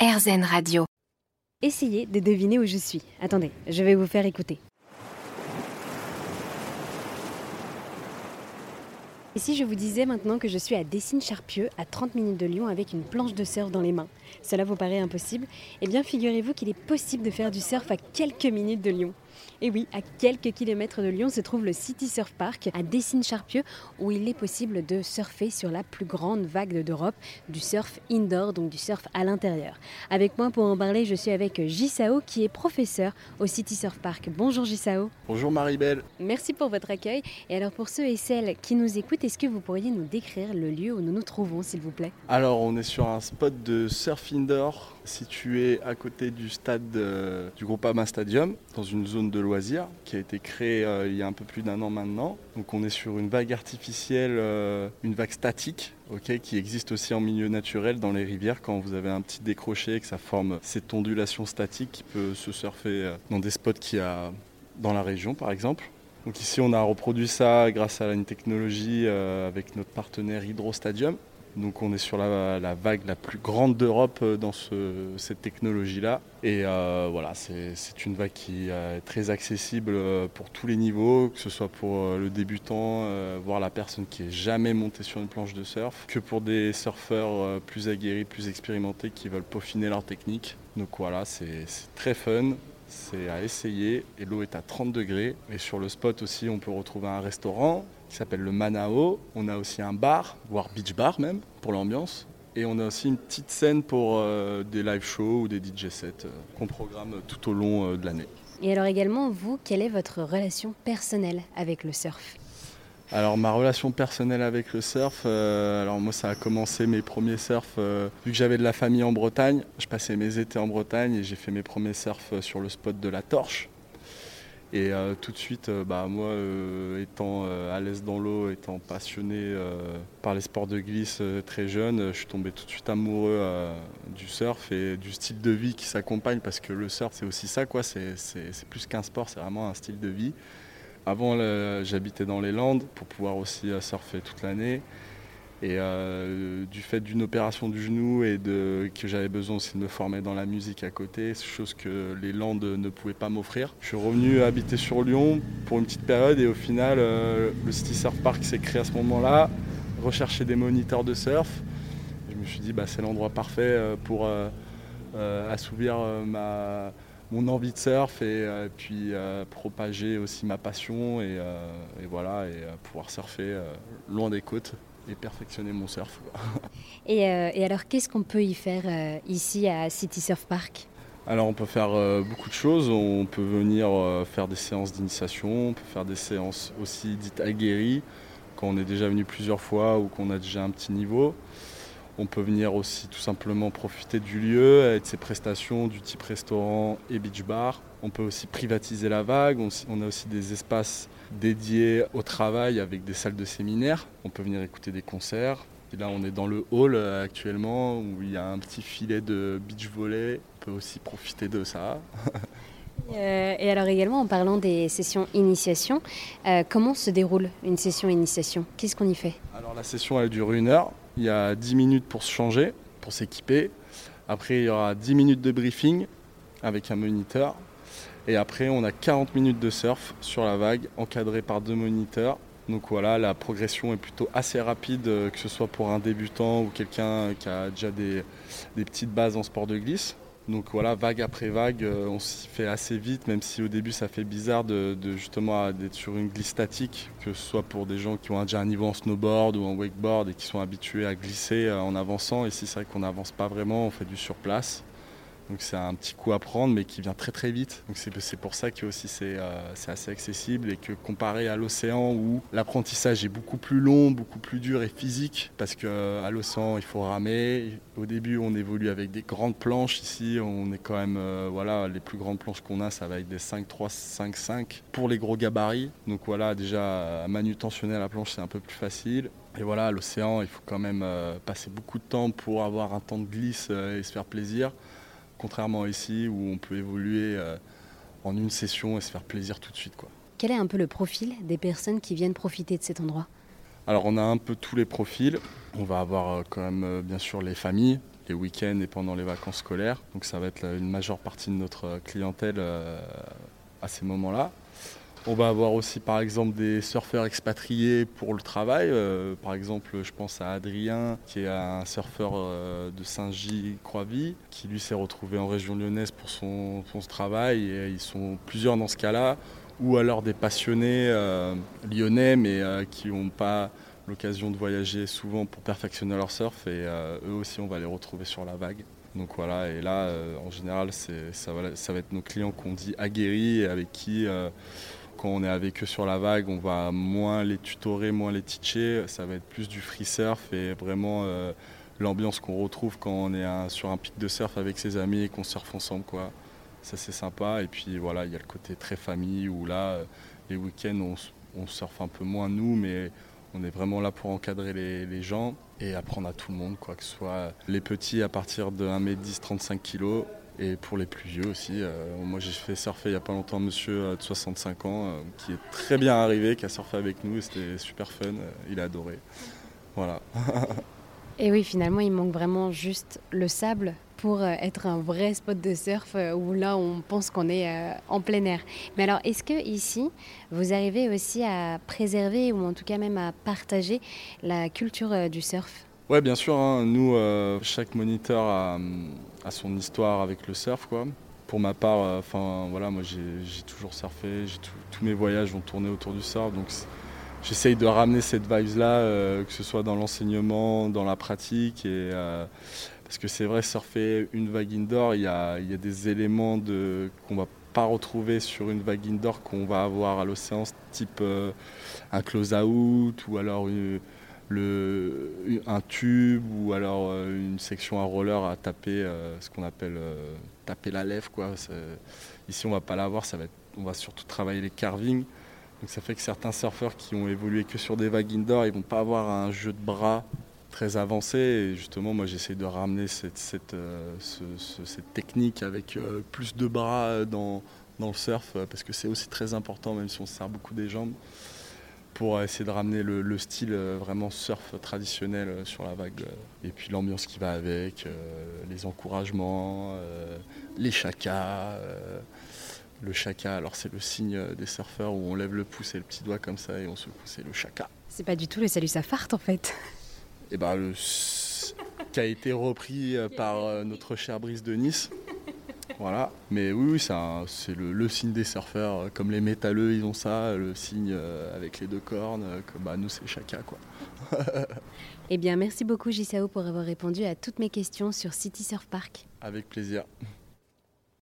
RZN Radio. Essayez de deviner où je suis. Attendez, je vais vous faire écouter. Et si je vous disais maintenant que je suis à Décines-Charpieu, à 30 minutes de Lyon, avec une planche de surf dans les mains? Cela vous paraît impossible? Eh bien, figurez-vous qu'il est possible de faire du surf à quelques minutes de Lyon. Et oui, à quelques kilomètres de Lyon se trouve le City Surf Park à Décines-Charpieu, où il est possible de surfer sur la plus grande vague d'Europe, du surf indoor, donc du surf à l'intérieur. Avec moi pour en parler, je suis avec Jisao, qui est professeur au City Surf Park. Bonjour Jisao. Bonjour Marie-Belle. Merci pour votre accueil. Et alors pour ceux et celles qui nous écoutent, est-ce que vous pourriez nous décrire le lieu où nous nous trouvons, s'il vous plaît? Alors on est sur un spot de surf indoor situé à côté du stade du Groupama Stadium, dans une zone de loisirs qui a été créée il y a un peu plus d'1 an maintenant. Donc on est sur une vague artificielle, une vague statique, qui existe aussi en milieu naturel dans les rivières quand vous avez un petit décroché et que ça forme cette ondulation statique qui peut se surfer dans des spots qu'il y a dans la région par exemple. Donc ici on a reproduit ça grâce à une technologie avec notre partenaire Hydrostadium. Donc on est sur la vague la plus grande d'Europe dans cette technologie-là. Et voilà, c'est une vague qui est très accessible pour tous les niveaux, que ce soit pour le débutant, voire la personne qui n'est jamais montée sur une planche de surf, que pour des surfeurs plus aguerris, plus expérimentés qui veulent peaufiner leur technique. Donc voilà, c'est très fun. C'est à essayer et l'eau est à 30 degrés. Et sur le spot aussi, on peut retrouver un restaurant qui s'appelle le Manao. On a aussi un bar, voire beach bar même, pour l'ambiance. Et on a aussi une petite scène pour des live shows ou des DJ sets qu'on programme tout au long de l'année. Et alors également, vous, quelle est votre relation personnelle avec le surf ? Alors ma relation personnelle avec le surf, alors moi ça a commencé mes premiers surfs, vu que j'avais de la famille en Bretagne, je passais mes étés en Bretagne et j'ai fait mes premiers surfs sur le spot de la Torche. Et tout de suite, moi étant à l'aise dans l'eau, étant passionné par les sports de glisse très jeune, je suis tombé tout de suite amoureux du surf et du style de vie qui s'accompagne, parce que le surf c'est aussi ça, quoi. C'est plus qu'un sport, c'est vraiment un style de vie. Avant, j'habitais dans les Landes pour pouvoir aussi surfer toute l'année. Et du fait d'une opération du genou et que j'avais besoin aussi de me former dans la musique à côté, chose que les Landes ne pouvaient pas m'offrir. Je suis revenu habiter sur Lyon pour une petite période et au final, le City Surf Park s'est créé à ce moment-là, rechercher des moniteurs de surf. Je me suis dit c'est l'endroit parfait pour assouvir mon envie de surf et puis propager aussi ma passion et pouvoir surfer loin des côtes et perfectionner mon surf. Et alors, qu'est-ce qu'on peut y faire ici à City Surf Park ? Alors on peut faire beaucoup de choses, on peut venir faire des séances d'initiation, on peut faire des séances aussi dites aguerries quand on est déjà venu plusieurs fois ou qu'on a déjà un petit niveau. On peut venir aussi tout simplement profiter du lieu et de ses prestations du type restaurant et beach bar. On peut aussi privatiser la vague, on a aussi des espaces dédiés au travail avec des salles de séminaire. On peut venir écouter des concerts. Et là on est dans le hall actuellement où il y a un petit filet de beach volley. On peut aussi profiter de ça. Et alors également, en parlant des sessions initiation, comment se déroule une session initiation ? Qu'est-ce qu'on y fait ? Alors la session elle dure 1 heure. Il y a 10 minutes pour se changer, pour s'équiper. Après, il y aura 10 minutes de briefing avec un moniteur. Et après, on a 40 minutes de surf sur la vague, encadré par 2 moniteurs. Donc voilà, la progression est plutôt assez rapide, que ce soit pour un débutant ou quelqu'un qui a déjà des petites bases en sport de glisse. Donc voilà, vague après vague, on s'y fait assez vite, même si au début ça fait bizarre justement d'être sur une glisse statique, que ce soit pour des gens qui ont déjà un niveau en snowboard ou en wakeboard et qui sont habitués à glisser en avançant. Ici c'est vrai qu'on n'avance pas vraiment, on fait du surplace. Donc c'est un petit coup à prendre mais qui vient très très vite. Donc c'est pour ça que aussi c'est assez accessible et que comparé à l'océan où l'apprentissage est beaucoup plus long, beaucoup plus dur et physique, parce qu'à l'océan il faut ramer. Au début on évolue avec des grandes planches, ici on est quand même, les plus grandes planches qu'on a ça va être des 5-3, 5-5 pour les gros gabarits. Donc voilà, déjà à manutentionner la planche c'est un peu plus facile. Et voilà, à l'océan il faut quand même passer beaucoup de temps pour avoir un temps de glisse et se faire plaisir. Contrairement ici où on peut évoluer en une session et se faire plaisir tout de suite, quoi. Quel est un peu le profil des personnes qui viennent profiter de cet endroit ? Alors on a un peu tous les profils. On va avoir quand même bien sûr les familles les week-ends et pendant les vacances scolaires. Donc ça va être une majeure partie de notre clientèle à ces moments-là. On va avoir aussi par exemple des surfeurs expatriés pour le travail. Par exemple, je pense à Adrien, qui est un surfeur de Saint-Gilles-Croix-Vie, qui lui s'est retrouvé en région lyonnaise pour son travail. Et ils sont plusieurs dans ce cas-là. Ou alors des passionnés lyonnais, mais qui n'ont pas l'occasion de voyager souvent pour perfectionner leur surf. Et eux aussi, on va les retrouver sur la vague. Donc voilà, et là, en général, ça va être nos clients qu'on dit aguerris et avec qui... Quand on est avec eux sur la vague, on va moins les tutorer, moins les teacher. Ça va être plus du free surf et vraiment l'ambiance qu'on retrouve quand on est sur un pic de surf avec ses amis et qu'on surfe ensemble, quoi. Ça, c'est sympa. Et puis voilà, il y a le côté très famille où là, les week-ends, on surfe un peu moins nous, mais on est vraiment là pour encadrer les gens et apprendre à tout le monde, quoi, que ce soit les petits à partir de 1m10, 35 kg. Et pour les plus vieux aussi, moi j'ai fait surfer il n'y a pas longtemps un monsieur de 65 ans qui est très bien arrivé, qui a surfé avec nous et c'était super fun, il a adoré. Voilà. Et oui, finalement, il manque vraiment juste le sable pour être un vrai spot de surf où là, on pense qu'on est en plein air. Mais alors, est-ce que ici, vous arrivez aussi à préserver ou en tout cas même à partager la culture du surf ? Ouais, bien sûr, hein. Nous, chaque moniteur a son histoire avec le surf, quoi. Pour ma part, voilà, moi j'ai toujours surfé, tous mes voyages ont tourné autour du surf, donc j'essaye de ramener cette vibe-là, que ce soit dans l'enseignement, dans la pratique, parce que c'est vrai, surfer une vague indoor, il y a des éléments qu'on va pas retrouver sur une vague indoor qu'on va avoir à l'océan, type un close-out ou alors un tube ou alors une section à roller à taper, ce qu'on appelle taper la lèvre, quoi. Ici, on va pas l'avoir, on va surtout travailler les carvings. Donc ça fait que certains surfeurs qui ont évolué que sur des vagues indoor, ils vont pas avoir un jeu de bras très avancé. Et justement, moi, j'essaie de ramener cette technique avec plus de bras dans le surf, parce que c'est aussi très important, même si on se sert beaucoup des jambes, pour essayer de ramener le style vraiment surf traditionnel sur la vague. Et puis l'ambiance qui va avec, les encouragements, les chakas. Le chaka, alors c'est le signe des surfeurs où on lève le pouce et le petit doigt comme ça et on secoue, c'est le chaka. C'est pas du tout le salut ça farte en fait. Et qui a été repris par notre cher Brice de Nice. Voilà. Mais oui, c'est le signe des surfeurs. Comme les métalleux, ils ont ça, le signe avec les deux cornes. Nous, c'est le chaka, quoi. Eh bien, merci beaucoup JCAO pour avoir répondu à toutes mes questions sur City Surf Park. Avec plaisir.